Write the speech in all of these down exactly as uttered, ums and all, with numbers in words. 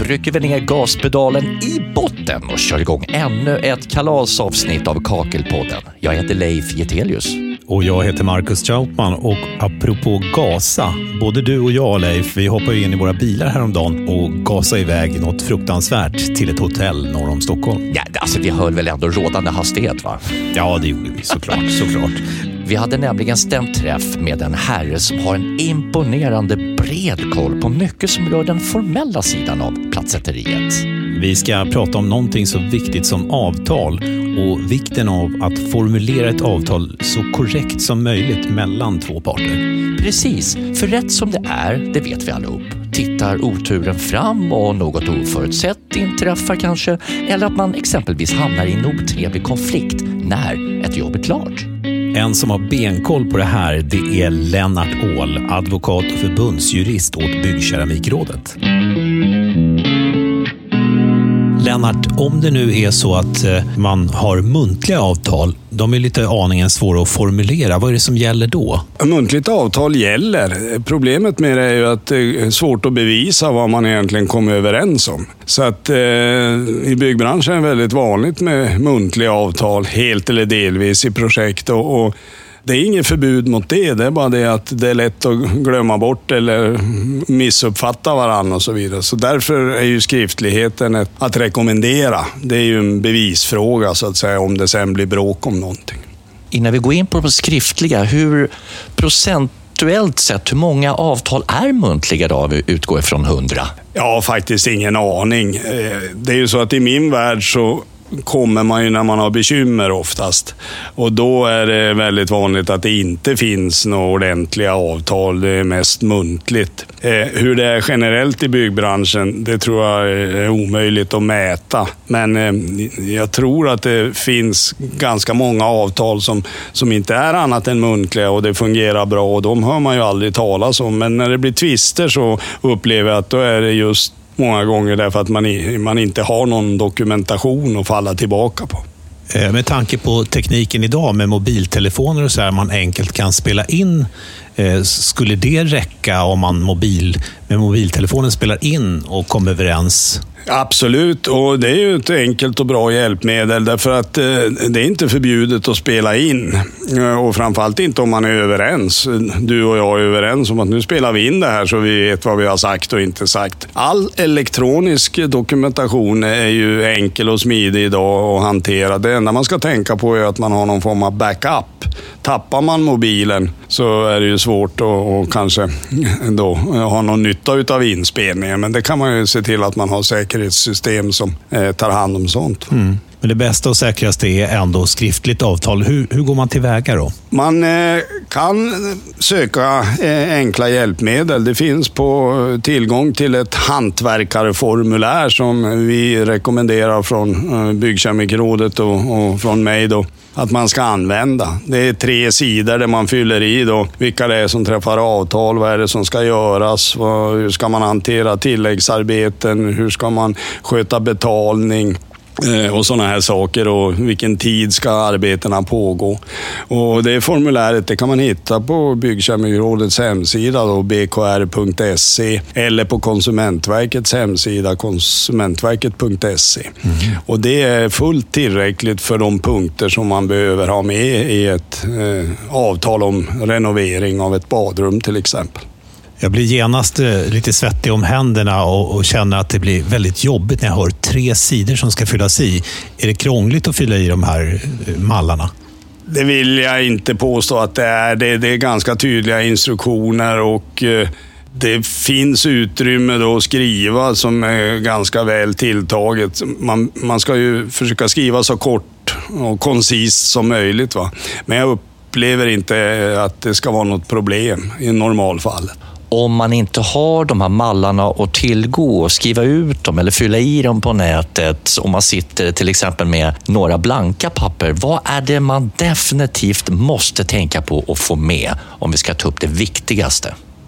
trycker vi ner gaspedalen i botten och kör igång ännu ett kalasavsnitt av Kakelpodden. Jag heter Leif Getelius. Och jag heter Marcus Trautman, och apropå gasa, både du och jag, Leif, vi hoppar in i våra bilar häromdagen och gasade iväg något fruktansvärt till ett hotell norr om Stockholm. Ja, alltså vi höll väl ändå rådande hastighet, va? Ja, det gjorde vi såklart, såklart. Vi hade nämligen stämt träff med en herre som har en imponerande bred koll på mycket som rör den formella sidan av platsätteriet. Vi ska prata om någonting så viktigt som avtal och vikten av att formulera ett avtal så korrekt som möjligt mellan två parter. Precis, för rätt som det är, det vet vi allihop. Tittar oturen fram och något oförutsett inträffar kanske, eller att man exempelvis hamnar i en otrevlig konflikt när ett jobb är klart. En som har benkoll på det här, det är Lennart Åhl, advokat och förbundsjurist åt Byggkeramikrådet. Lennart, om det nu är så att man har muntliga avtal, de är lite aningen svåra att formulera. Vad är det som gäller då? Muntligt avtal gäller. Problemet med det är ju att det är svårt att bevisa vad man egentligen kommer överens om. Så att eh, i byggbranschen är det väldigt vanligt med muntliga avtal, helt eller delvis i projekt, och, och det är inget förbud mot det, det är bara det att det är lätt att glömma bort eller missuppfatta varandra och så vidare. Så därför är ju skriftligheten ett, att rekommendera. Det är ju en bevisfråga så att säga, om det sen blir bråk om någonting. Innan vi går in på det skriftliga, hur procentuellt sett, hur många avtal är muntliga då, vi utgår ifrån hundra? Ja, faktiskt ingen aning. Det är ju så att i min värld så kommer man ju när man har bekymmer oftast. Och då är det väldigt vanligt att det inte finns några ordentliga avtal. Det är mest muntligt. Eh, hur det är generellt i byggbranschen, det tror jag är omöjligt att mäta. Men eh, jag tror att det finns ganska många avtal som, som inte är annat än muntliga och det fungerar bra. Och de hör man ju aldrig talas om. Men när det blir tvister så upplever jag att då är det just många gånger därför att man, man inte har någon dokumentation att falla tillbaka på. Med tanke på tekniken idag med mobiltelefoner och så här, man enkelt kan spela in. Skulle det räcka om man mobil, med mobiltelefonen spelar in och kommer överens? Absolut, och det är ju ett enkelt och bra hjälpmedel därför att eh, det är inte förbjudet att spela in, och framförallt inte om man är överens. Du och jag är överens om att nu spelar vi in det här så vi vet vad vi har sagt och inte sagt. All elektronisk dokumentation är ju enkel och smidig idag att hantera. Det enda man ska tänka på är att man har någon form av backup. Tappar man mobilen så är det ju svårt att och kanske då ha någon nytta utav inspelningen, men det kan man ju se till att man har säkerhetssystem som eh, tar hand om sånt. Mm. Men det bästa och säkraste är ändå skriftligt avtal. Hur, hur går man tillväga då? Man eh, kan söka eh, enkla hjälpmedel. Det finns på tillgång till ett hantverkarformulär som vi rekommenderar från eh, Byggkeramikrådet och, och från mig då, att man ska använda. Det är tre sidor där man fyller i då vilka det är som träffar avtal, vad är det som ska göras, vad, hur ska man hantera tilläggsarbeten, hur ska man sköta betalning och sådana här saker, och vilken tid ska arbetena pågå. Och det formuläret det kan man hitta på Byggkeramikrådets hemsida då, b k r punkt se, eller på Konsumentverkets hemsida konsumentverket punkt se. Mm. Och det är fullt tillräckligt för de punkter som man behöver ha med i ett eh, avtal om renovering av ett badrum till exempel. Jag blir genast lite svettig om händerna och, och känner att det blir väldigt jobbigt när jag hör tre sidor som ska fyllas i. Är det krångligt att fylla i de här mallarna? Det vill jag inte påstå att det är. Det, det är ganska tydliga instruktioner och eh, det finns utrymme då att skriva som är ganska väl tilltaget. Man, man ska ju försöka skriva så kort och koncist som möjligt, va? Men jag upplever inte att det ska vara något problem i normalfallet. Om man inte har de här mallarna att tillgå och skriva ut dem eller fylla i dem på nätet, om man sitter till exempel med några blanka papper, vad är det man definitivt måste tänka på att få med om vi ska ta upp det viktigaste?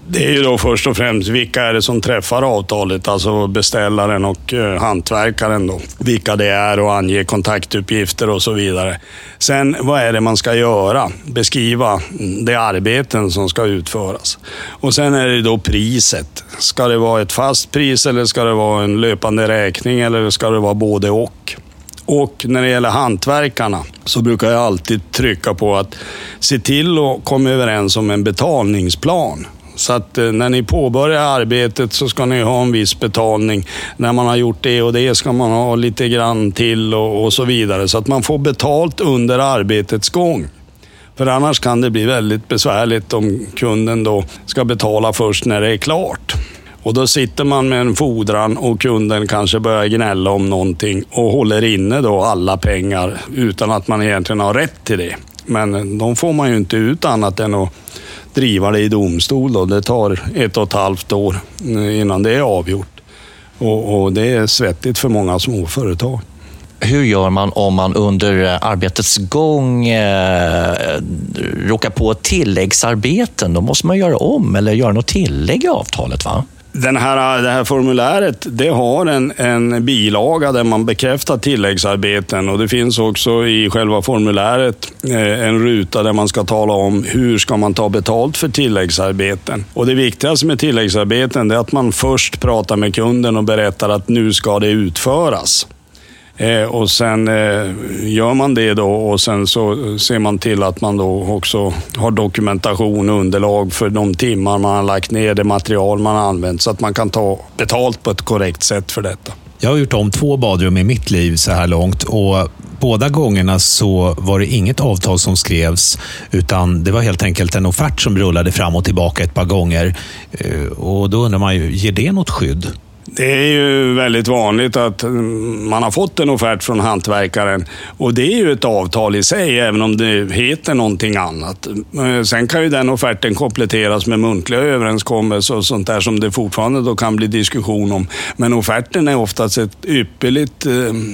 Det är ju då först och främst vilka är det som träffar avtalet, alltså beställaren och eh, hantverkaren då. Vilka det är och ange kontaktuppgifter och så vidare. Sen vad är det man ska göra? Beskriva de arbeten som ska utföras. Och sen är det då priset. Ska det vara ett fast pris eller ska det vara en löpande räkning eller ska det vara både och? Och när det gäller hantverkarna så brukar jag alltid trycka på att se till att komma överens om en betalningsplan. Så att när ni påbörjar arbetet så ska ni ha en viss betalning. När man har gjort det och det ska man ha lite grann till och, och så vidare. Så att man får betalt under arbetets gång. För annars kan det bli väldigt besvärligt om kunden då ska betala först när det är klart. Och då sitter man med en fordran och kunden kanske börjar gnälla om någonting och håller inne då alla pengar utan att man egentligen har rätt till det. Men de får man ju inte ut annat än att driva det i domstol då. Det tar ett och ett halvt år innan det är avgjort. Och, och det är svettigt för många småföretag. Hur gör man om man under arbetets gång eh, råkar på tilläggsarbeten? Då måste man göra om eller göra något tillägg i avtalet, va? Den här, det här formuläret, det har en, en bilaga där man bekräftar tilläggsarbeten och det finns också i själva formuläret eh, en ruta där man ska tala om hur ska man ta betalt för tilläggsarbeten. Och det viktigaste med tilläggsarbeten är att man först pratar med kunden och berättar att nu ska det utföras. Eh, och sen eh, gör man det då och sen så ser man till att man då också har dokumentation och underlag för de timmar man har lagt ner, det material man har använt så att man kan ta betalt på ett korrekt sätt för detta. Jag har gjort om två badrum i mitt liv så här långt och båda gångerna så var det inget avtal som skrevs utan det var helt enkelt en offert som rullade fram och tillbaka ett par gånger. Eh, och då undrar man ju, ger det något skydd? Det är ju väldigt vanligt att man har fått en offert från hantverkaren och det är ju ett avtal i sig även om det heter någonting annat. Sen kan ju den offerten kompletteras med muntliga överenskommelser och sånt där som det fortfarande då kan bli diskussion om. Men offerten är oftast ett ypperligt eh,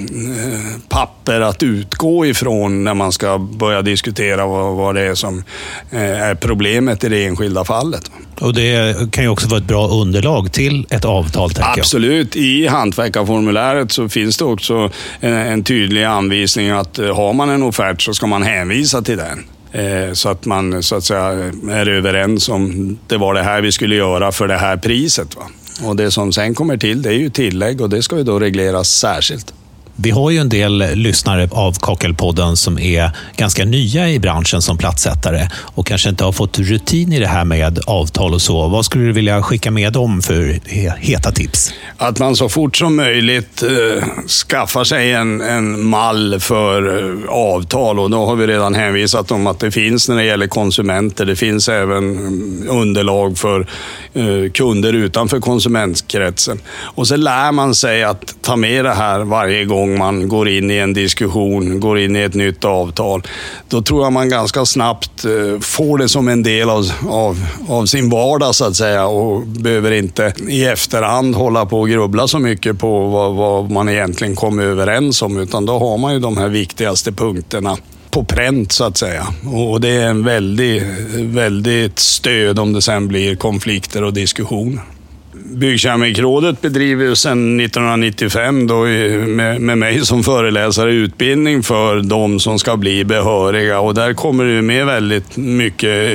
papper att utgå ifrån när man ska börja diskutera vad, vad det är som eh, är problemet i det enskilda fallet. Och det kan ju också vara ett bra underlag till ett avtal, tänker jag. Absolut. I hantverkarformuläret så finns det också en, en tydlig anvisning att har man en offert så ska man hänvisa till den. Eh, så att man så att säga är överens om det var det här vi skulle göra för det här priset. Va? Och det som sen kommer till det är ju tillägg och det ska ju då regleras särskilt. Vi har ju en del lyssnare av Kakelpodden som är ganska nya i branschen som platssättare och kanske inte har fått rutin i det här med avtal och så. Vad skulle du vilja skicka med dem för heta tips? Att man så fort som möjligt eh, skaffar sig en, en mall för eh, avtal och då har vi redan hänvisat om att det finns när det gäller konsumenter. Det finns även underlag för eh, kunder utanför konsumentkretsen. Och så lär man sig att ta med det här varje gång man går in i en diskussion, går in i ett nytt avtal. Då tror jag man ganska snabbt eh, får det som en del av, av, av sin vardag så att säga och behöver inte i efterhand hålla på och grubbla så mycket på vad, vad man egentligen kommer överens om utan då har man ju de här viktigaste punkterna på pränt så att säga. Och det är en väldigt, väldigt stöd om det sen blir konflikter och diskussioner. Byggkeramikrådet bedriver ju sedan nittonhundranittiofem då med, med mig som föreläsare utbildning för de som ska bli behöriga och där kommer det med väldigt mycket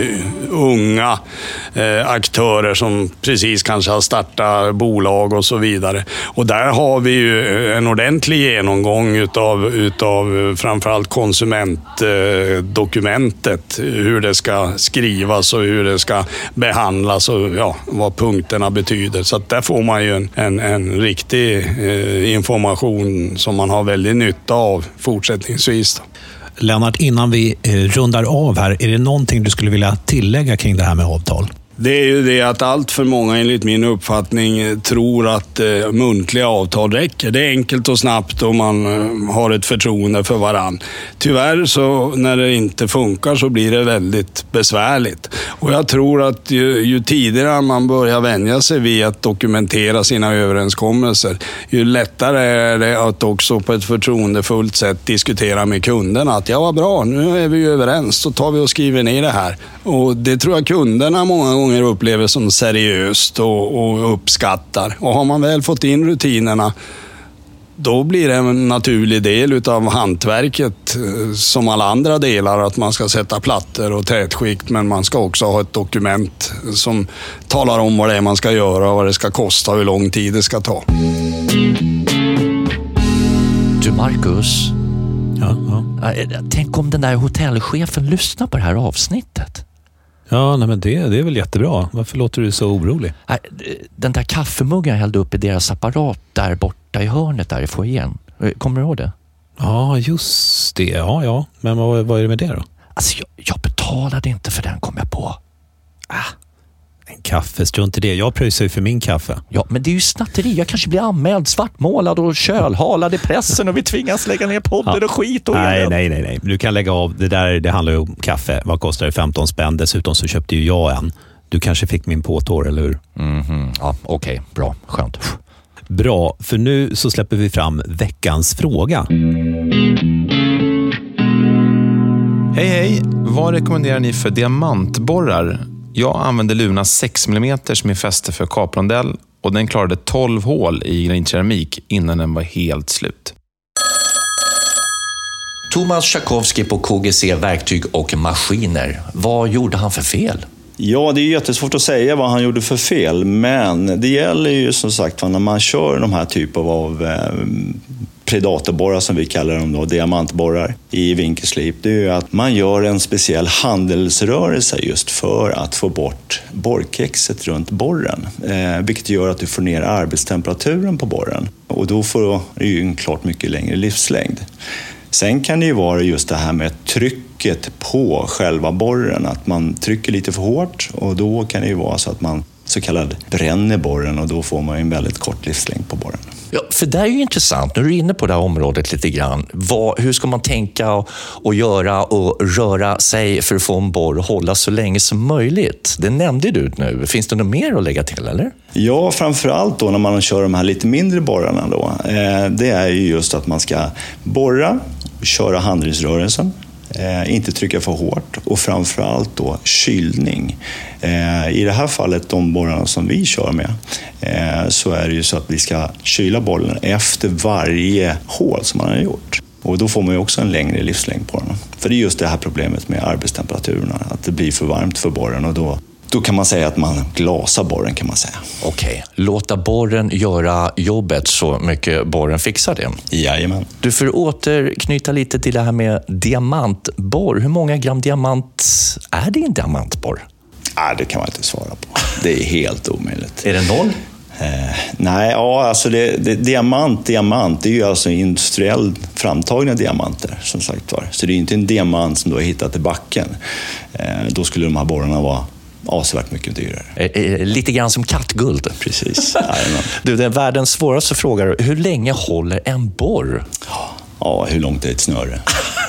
unga eh, aktörer som precis kanske har startat bolag och så vidare. Och där har vi ju en ordentlig genomgång utav, utav framförallt konsumentdokumentet, eh, hur det ska skrivas och hur det ska behandlas och ja, vad punkterna betyder. Så att där får man ju en, en, en riktig eh, information som man har väldigt nytta av fortsättningsvis. Lennart, innan vi eh, rundar av här, är det någonting du skulle vilja tillägga kring det här med avtal? Det är ju det att allt för många enligt min uppfattning tror att eh, muntliga avtal räcker. Det är enkelt och snabbt och man eh, har ett förtroende för varann. Tyvärr så när det inte funkar så blir det väldigt besvärligt. Och jag tror att ju, ju tidigare man börjar vänja sig vid att dokumentera sina överenskommelser, ju lättare är det att också på ett förtroendefullt sätt diskutera med kunderna. Att ja, vad bra, nu är vi ju överens, så tar vi och skriver ner det här. Och det tror jag kunderna många gånger gånger upplever som seriöst och, och uppskattar. Och har man väl fått in rutinerna, då blir det en naturlig del utav hantverket som alla andra delar, att man ska sätta plattor och tätskikt, men man ska också ha ett dokument som talar om vad det är man ska göra, vad det ska kosta och hur lång tid det ska ta. Du Marcus, Ja, ja. tänk om den där hotellchefen lyssnar på det här avsnittet. Ja, nej, men det, det är väl jättebra. Varför låter du så orolig? Den där kaffemuggen jag hällde upp i deras apparat där borta i hörnet där i foajén. Kommer du ihåg det? Ja, just det. Ja, ja. Men vad, vad är det med det då? Alltså, jag, jag betalade inte för den, kom jag på. Ah, en kaffe, strunt i det. Jag pröjsar ju för min kaffe. Ja, men det är ju snatteri. Jag kanske blir anmäld, svartmålad och kölhalad i pressen och vi tvingas lägga ner podden ja. och skit. Och nej, nej, nej, nej. Du kan lägga av. Det där, det handlar ju om kaffe. Vad kostar det? femton spänn. Dessutom så köpte ju jag en. Du kanske fick min påtår, eller hur? Mm-hmm. Ja, okej. Okay. Bra. Skönt. Bra, för nu så släpper vi fram veckans fråga. Hej hej, vad rekommenderar ni för diamantborrar? Jag använde Luna sex millimeter som är fäste för kaprondell och den klarade tolv hål i granitkeramik innan den var helt slut. Thomas Tchaikovsky på K G C Verktyg och Maskiner. Vad gjorde han för fel? Ja, det är jättesvårt att säga vad han gjorde för fel, men det gäller ju som sagt när man kör de här typer av eh, predatorborrar som vi kallar dem då, diamantborrar i vinkelslip, det är ju att man gör en speciell handelsrörelse just för att få bort borrkexet runt borren, eh, vilket gör att du får ner arbetstemperaturen på borren och då får du ju en klart mycket längre livslängd. Sen kan det ju vara just det här med trycket på själva borren, att man trycker lite för hårt och då kan det ju vara så att man så kallad bränner borren och då får man en väldigt kort livslängd på borren. Ja, för det är ju intressant. Nu är du inne på det här området lite grann. Vad, hur ska man tänka och, och göra och röra sig för att få en borr och hålla så länge som möjligt? Det nämnde du nu. Finns det något mer att lägga till, eller? Ja, framförallt då när man kör de här lite mindre borrarna då. Eh, det är ju just att man ska borra, köra handelsrörelsen. Eh, inte trycka för hårt och framförallt då kylning. Eh, I det här fallet, de borrarna som vi kör med, eh, så är det ju så att vi ska kyla bollen efter varje hål som man har gjort. Och då får man ju också en längre livslängd på den. För det är just det här problemet med arbetstemperaturerna, att det blir för varmt för borren och då Då kan man säga att man glasar borren, kan man säga. Okej, låta borren göra jobbet så mycket borren fixar det. Jajamän. Du får återknyta lite till det här med diamantborr. Hur många gram diamant är det i en diamantborr? Nej, det kan man inte svara på. Det är helt omöjligt. Är det noll? Eh, nej, ja, alltså det, det, diamant, diamant, det är ju alltså industriell framtagna diamanter, som sagt var. Så det är inte en diamant som du har hittat i backen. Eh, då skulle de här borrarna vara avsevärt mycket dyrare. Eh, lite grann som kattguld. Precis. Du, det är världens svåraste fråga. Hur länge håller en borr? Ja, hur långt är ett snöre?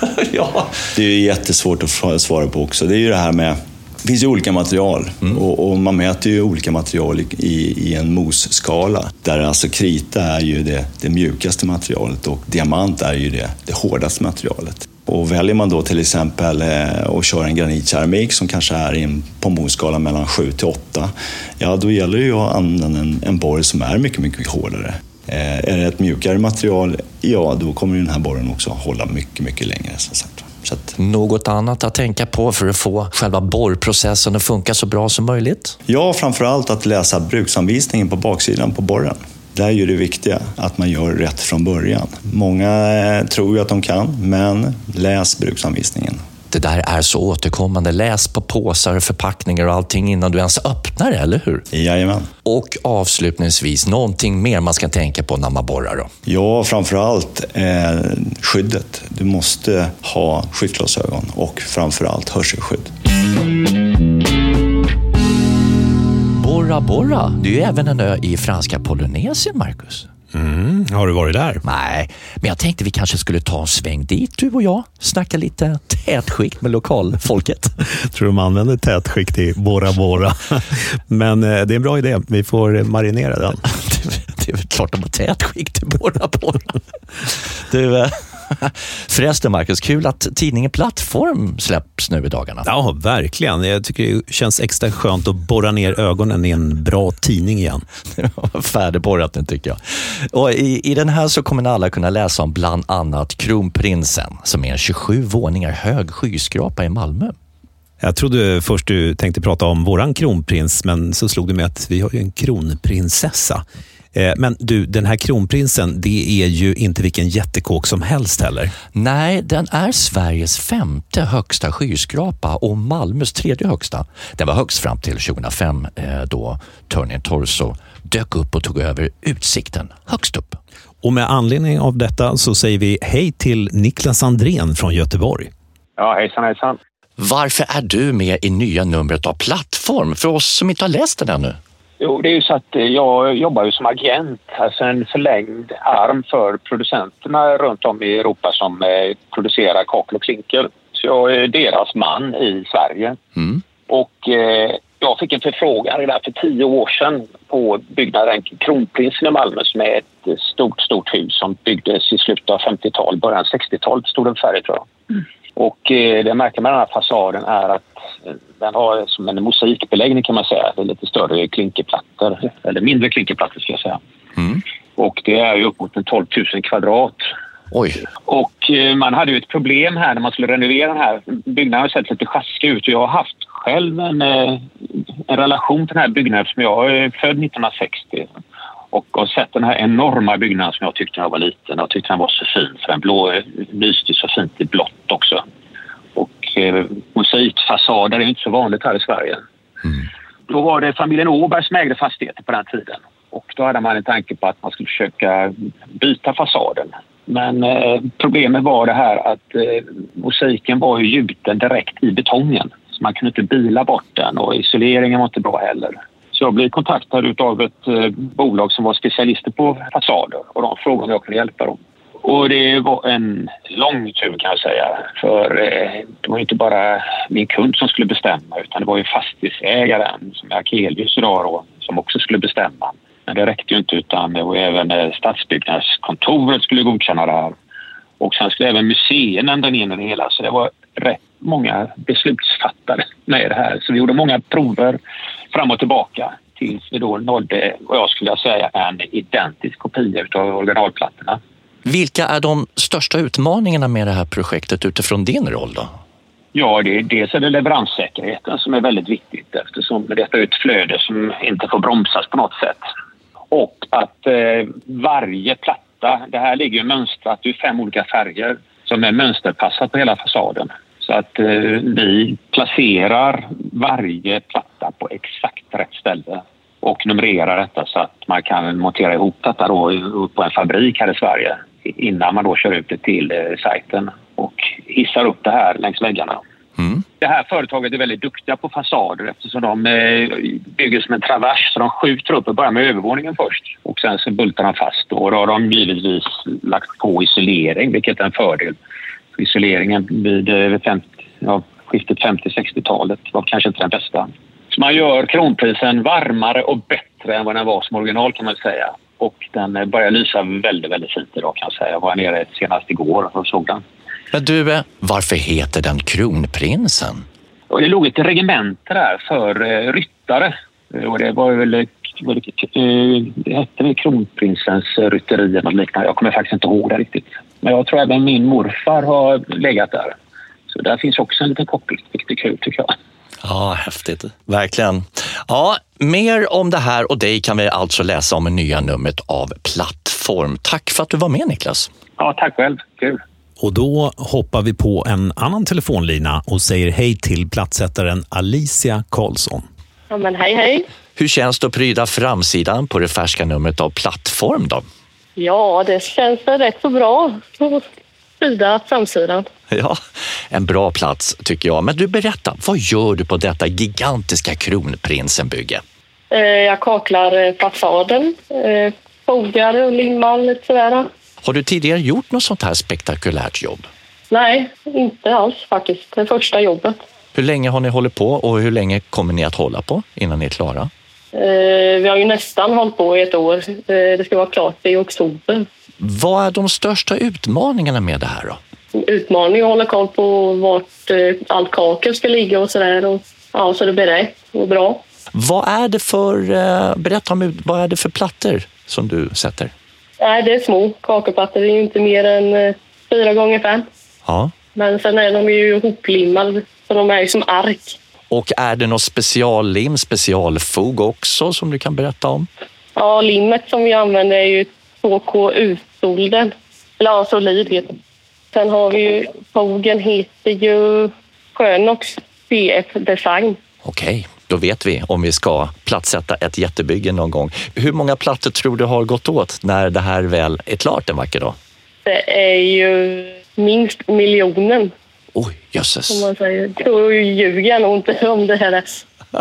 Ja. Det är ju jättesvårt att svara på också. Det är ju det här med, det finns ju olika material mm. och, och man mäter ju olika material i, i en mosskala. Där alltså krita är ju det, det mjukaste materialet och diamant är ju det, det hårdaste materialet. Och väljer man då till exempel eh, att köra en granitkeramik som kanske är i en, på mosskala mellan sju till åtta, ja då gäller det ju att använda en, en borr som är mycket, mycket hårdare. Eh, är det ett mjukare material, ja då kommer den här borren också hålla mycket, mycket längre. Så sagt. Så att... Något annat att tänka på för att få själva borrprocessen att funka så bra som möjligt? Ja, framförallt att läsa bruksanvisningen på baksidan på borren. Det är ju det viktiga, att man gör rätt från början. Många tror ju att de kan, men läs bruksanvisningen. Det där är så återkommande. Läs på påsar och förpackningar och allting innan du ens öppnar det, eller hur? Jajamän. Och avslutningsvis, någonting mer man ska tänka på när man borrar då? Ja, framförallt eh, skyddet. Du måste ha skyddsglasögon och framförallt hörselskydd. Bora Bora, det är ju även en ö i franska Polynesien, Marcus. Mm, har du varit där? Nej, men jag tänkte vi kanske skulle ta en sväng dit, du och jag. Snacka lite tätskikt med lokalfolket. Tror de använder tätskikt i Bora Bora. Men eh, det är en bra idé, vi får marinera den. det, det är väl klart de har tätskikt i Bora Bora. Du, Förresten Marcus, kul att tidningen Plattform släpps nu i dagarna. Ja, verkligen. Jag tycker det känns extra skönt att borra ner ögonen i en bra tidning igen. Färdigborrat nu tycker jag. Och i, i den här så kommer alla kunna läsa om bland annat Kronprinsen, som är en tjugosju våningar hög skyskrapa i Malmö. Jag trodde först du tänkte prata om våran kronprins, men så slog du med att vi har ju en kronprinsessa. Men du, den här kronprinsen, det är ju inte vilken jättekåk som helst heller. Nej, den är Sveriges femte högsta skyskrapa och Malmös tredje högsta. Den var högst fram till tjugohundrafem då Turning Torso dök upp och tog över utsikten högst upp. Och med anledning av detta så säger vi hej till Niklas Andrén från Göteborg. Ja, hejsan, hejsan. Varför är du med i nya numret av Plattform för oss som inte har läst den ännu? Jo, det är ju så att jag jobbar ju som agent, alltså en förlängd arm för producenterna runt om i Europa som eh, producerar kakel och klinker. Så jag är deras man i Sverige. Mm. Och eh, jag fick en förfrågan redan för tio år sedan på byggnaden Kronprinsen i Malmö, som är ett stort, stort hus som byggdes i slutet av femtiotalet, början sextiotalet stod den färdig tror jag. Mm. Och eh, det märker med den här fasaden är att eh, den har som en mosaikbeläggning kan man säga. Det är lite större klinkerplattor, eller mindre klinkerplattor ska jag säga. Mm. Och det är ju upp mot en tolv tusen kvadrat. Oj. Och eh, man hade ju ett problem här när man skulle renovera den här. Byggnaden har sett lite sjaskig ut och jag har haft själv en, eh, en relation till den här byggnaden som jag är född nittonhundrasextio. Och har sett den här enorma byggnaden som jag tyckte när jag var liten. Jag tyckte den var så fin för den blå lyste så fint i blått också. Och eh, mosaikfasader är inte så vanligt här i Sverige. Mm. Då var det familjen Åberg som ägde fastigheter på den tiden. Och då hade man en tanke på att man skulle försöka byta fasaden. Men eh, problemet var det här att eh, mosaiken var ju gjuten direkt i betongen. Så man kunde inte bila bort den och isoleringen var inte bra heller. Så jag blev kontaktad av ett eh, bolag som var specialister på fasader och de frågade om jag kunde hjälpa dem. Och det var en lång tur kan jag säga, för eh, det var inte bara min kund som skulle bestämma utan det var ju fastighetsägaren som är Akelius idag då, som också skulle bestämma. Men det räckte ju inte utan det var även eh, stadsbyggnadskontoret skulle godkänna det här. Och sen skulle även museerna ända in i det hela, så det var rätt många beslutsfattare med det här. Så vi gjorde många prover fram och tillbaka tills vi då nådde vad jag skulle säga en identisk kopia av originalplattorna. Vilka är de största utmaningarna med det här projektet utifrån din roll då? Ja, det är dels är det leveranssäkerheten som är väldigt viktigt eftersom detta är ett flöde som inte får bromsas på något sätt. Och att eh, varje platta, det här ligger ju mönstrat i fem olika färger som är mönsterpassat på hela fasaden. Så att eh, vi placerar varje platta på exakt rätt ställe och numrerar detta så att man kan montera ihop detta då på en fabrik här i Sverige innan man då kör ut det till eh, sajten och hissar upp det här längs väggarna. Mm. Det här företaget är väldigt duktiga på fasader eftersom de eh, bygger som en travers så de skjuter upp och börjar med övervåningen först och sen så bultar de fast och då har de givetvis lagt på isolering vilket är en fördel. Isoleringen vid eh, femtio, ja, skiftet femtio-sextiotalet var kanske inte den bästa. Så man gör Kronprisen varmare och bättre än vad den var som original kan man säga. Och den börjar lysa väldigt, väldigt fint idag kan jag säga. Jag var nere senast igår och såg den. Men du, varför heter den Kronprinsen? Och det låg ett regemente där för uh, ryttare. Och det var väl, var det, uh, det hette väl Kronprinsens rytteri eller något liknande. Jag kommer faktiskt inte ihåg det riktigt. Men jag tror även min morfar har legat där. Så där finns också en liten koppling, vilket är kul tycker jag. Ja, häftigt. Verkligen. Ja, mer om det här och dig kan vi alltså läsa om i nya numret av Plattform. Tack för att du var med, Niklas. Ja, tack själv. Kul. Och då hoppar vi på en annan telefonlina och säger hej till platsättaren Alicia Karlsson. Ja, men hej, hej. Hur känns det att pryda framsidan på det färska numret av Plattform då? Ja, det känns rätt så bra att pryda framsidan. Ja, en bra plats tycker jag. Men du, berätta, vad gör du på detta gigantiska Kronprinsenbygge? Eh, jag kaklar fasaden, eh, fogar och limmar lite sådär. Har du tidigare gjort något sånt här spektakulärt jobb? Nej, inte alls faktiskt. Det första jobbet. Hur länge har ni hållit på och hur länge kommer ni att hålla på innan ni är klara? Eh, vi har ju nästan hållit på i ett år. Eh, det ska vara klart i oktober. Vad är de största utmaningarna med det här då? Utmaning att hålla koll på vart eh, allt kakel ska ligga och sådär. Och, ja, så det blir rätt och bra. Vad är det för, eh, berätta om, vad är det för plattor som du sätter? Nej, det är små kakelplattor. Det är ju inte mer än eh, fyra gånger fem. Ja. Men sen är de ju ihoplimmade, så de är ju som ark. Och är det något speciallim, specialfog också som du kan berätta om? Ja, limmet som vi använder är ju två K U-solden. Eller ja, solid heter det. Sen har vi ju, fogen heter ju Skönox C F Design. Okej, då vet vi om vi ska platssätta ett jättebygge någon gång. Hur många plattor tror du har gått åt när det här väl är klart en vacker dag? Det är ju minst miljonen. Oj, jösses. Om man säger. Då ljuger jag nog inte om det här är.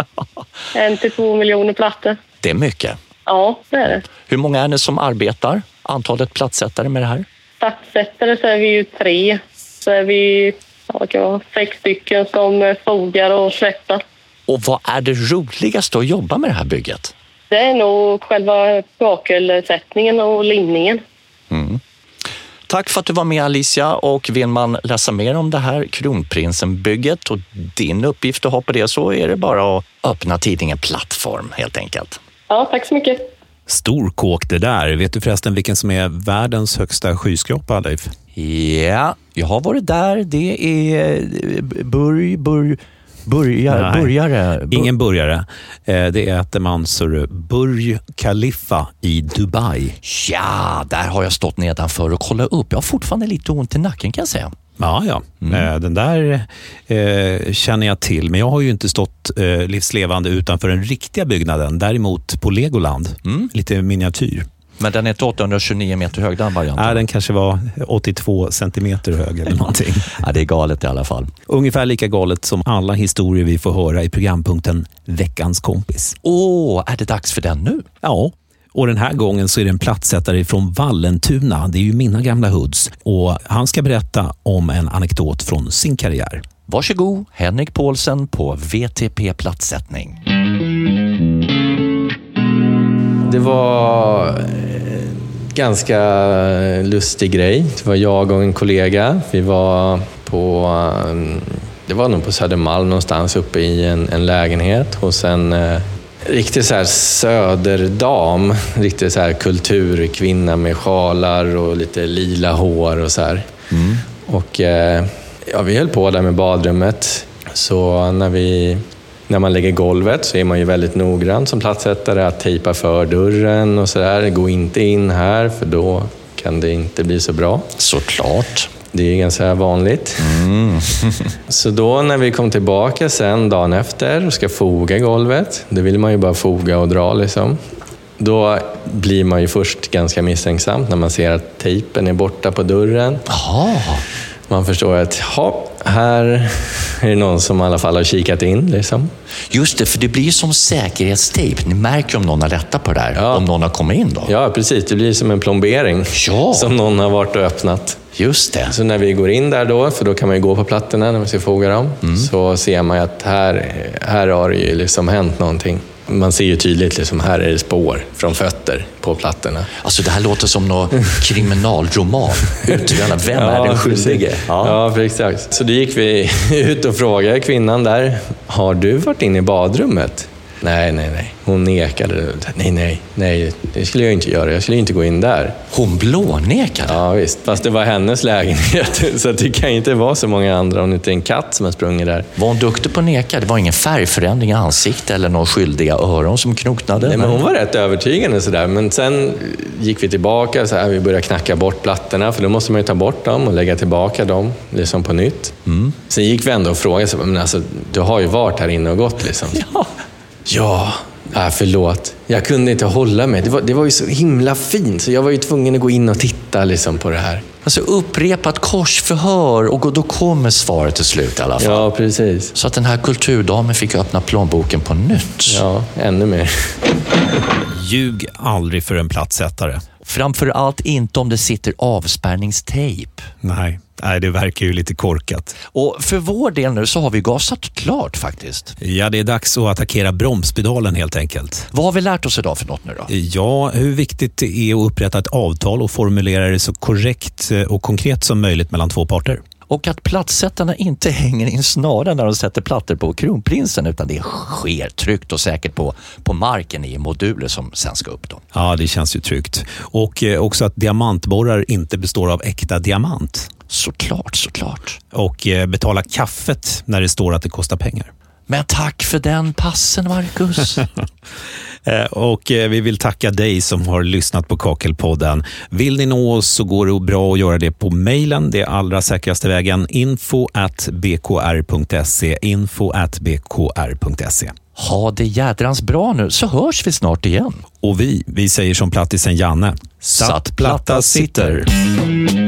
En till två miljoner plattor. Det är mycket. Ja, det är det. Hur många är det som arbetar? Antalet platssättare med det här? Platssättare så är vi ju tre. Så är vi ja, det kan vara sex stycken som fogar och släpper. Och vad är det roligaste att jobba med det här bygget? Det är nog själva kakelsättningen och limningen. Mm. Tack för att du var med, Alicia, och vill man läsa mer om det här Kronprinsen-bygget och din uppgift att ha på det, så är det bara att öppna tidningen Plattform helt enkelt. Ja, tack så mycket. Stor kåk det där. Vet du förresten vilken som är världens högsta skyskrapa, Leif? Ja, jag har varit där. Det är burg, burg, burgare, Nej, burgare. Bur- ingen burgare. Det äter man så Burj Khalifa i Dubai. Ja, där har jag stått nedanför och kollat upp. Jag har fortfarande lite ont i nacken, kan jag säga. Ja, ja. Mm. Den där eh, känner jag till. Men jag har ju inte stått eh, livslevande utanför den riktiga byggnaden. Däremot på Legoland. Mm. Lite miniatyr. Men den är inte åttahundratjugonio meter hög, den varianten? Nej, den kanske var åttiotvå centimeter hög eller någonting. Ja, det är galet i alla fall. Ungefär lika galet som alla historier vi får höra i programpunkten Veckans kompis. Åh, är det dags för den nu? Ja. Och den här gången så är det en platssättare från Vallentuna. Det är ju mina gamla hoods. Och han ska berätta om en anekdot från sin karriär. Varsågod, Henrik Paulsen på V T P Platssättning. Det var en ganska lustig grej. Det var jag och en kollega. Vi var på... Det var nog på Södermalm någonstans uppe i en, en lägenhet hos en... Riktigt så här söderdam, riktigt så här kulturkvinna med sjalar och lite lila hår och så här. Mm. Och ja, vi höll på där med badrummet. Så när vi när man lägger golvet så är man ju väldigt noggrann som platssättare att tejpa för dörren och så där. Gå inte in här för då kan det inte bli så bra. Såklart. Det är ganska vanligt. Mm. Så då när vi kom tillbaka sen dagen efter och ska foga golvet, då vill man ju bara foga och dra liksom. Då blir man ju först ganska misstänksam när man ser att tejpen är borta på dörren. Aha. Man förstår att ja, här är det någon som i alla fall har kikat in liksom. Just det, för det blir ju som säkerhetstejp. Ni märker om någon har rättat på det här, ja. Om någon har kommit in då. Ja, precis. Det blir som en plombering ja. Som någon har varit och öppnat. Just det. Så när vi går in där då, för då kan man ju gå på plattorna när man ska foga dem, mm. så ser man att här, här har det ju liksom hänt någonting. Man ser ju tydligt liksom, här är det spår från fötter på plattorna. Alltså det här låter som någon kriminalroman. Utröna, vem ja, är den skyldige? Ja. ja, precis. Så då gick vi ut och frågade kvinnan där, har du varit inne i badrummet? Nej, nej, nej. Hon nekade. Nej, nej, nej. Det skulle jag inte göra. Jag skulle inte gå in där. Hon blånekade? Ja, visst. Fast det var hennes lägenhet. Så det kan inte vara så många andra om det inte är en katt som har sprungit där. Var hon duktig på att neka? Det var ingen färgförändring i ansiktet eller några skyldiga öron som knoknade? Nej, men hon var rätt övertygande sådär. Men sen gick vi tillbaka. Så här, vi började knacka bort plattorna. För då måste man ju ta bort dem och lägga tillbaka dem liksom på nytt. Mm. Sen gick vi ändå och frågade. Men alltså, du har ju varit här inne och gått liksom. Ja. Ja, äh, förlåt. Jag kunde inte hålla mig. Det var, det var ju så himla fint. Så jag var ju tvungen att gå in och titta liksom, på det här. Alltså upprepat korsförhör och då kommer svaret till slut i alla fall. Ja, precis. Så att den här kulturdamen fick öppna plånboken på nytt. Ja, ännu mer. Ljug aldrig för en platssättare. Framför allt inte om det sitter avspärrningstejp. Nej. Nej, det verkar ju lite korkat. Och för vår del nu så har vi gasat klart faktiskt. Ja, det är dags att attackera bromspedalen helt enkelt. Vad har vi lärt oss idag för något nu då? Ja, hur viktigt det är att upprätta ett avtal och formulera det så korrekt och konkret som möjligt mellan två parter. Och att plattsättarna inte hänger i en snara när de sätter plattor på kronprinsen, utan det sker tryggt och säkert på, på marken i moduler som sen ska upp då. Ja, det känns ju tryggt. Och eh, också att diamantborrar inte består av äkta diamant. Såklart, såklart. Och eh, betala kaffet när det står att det kostar pengar. Men tack för den passen, Marcus. Och vi vill tacka dig som har lyssnat på Kakelpodden. Vill ni nå oss så går det bra att göra det på mejlen. Det är allra säkraste vägen. info at b k r punkt se info at b k r punkt se. Ha det jädrans bra nu, så hörs vi snart igen. Och vi, vi säger som plattisen Janne. Satt platta sitter.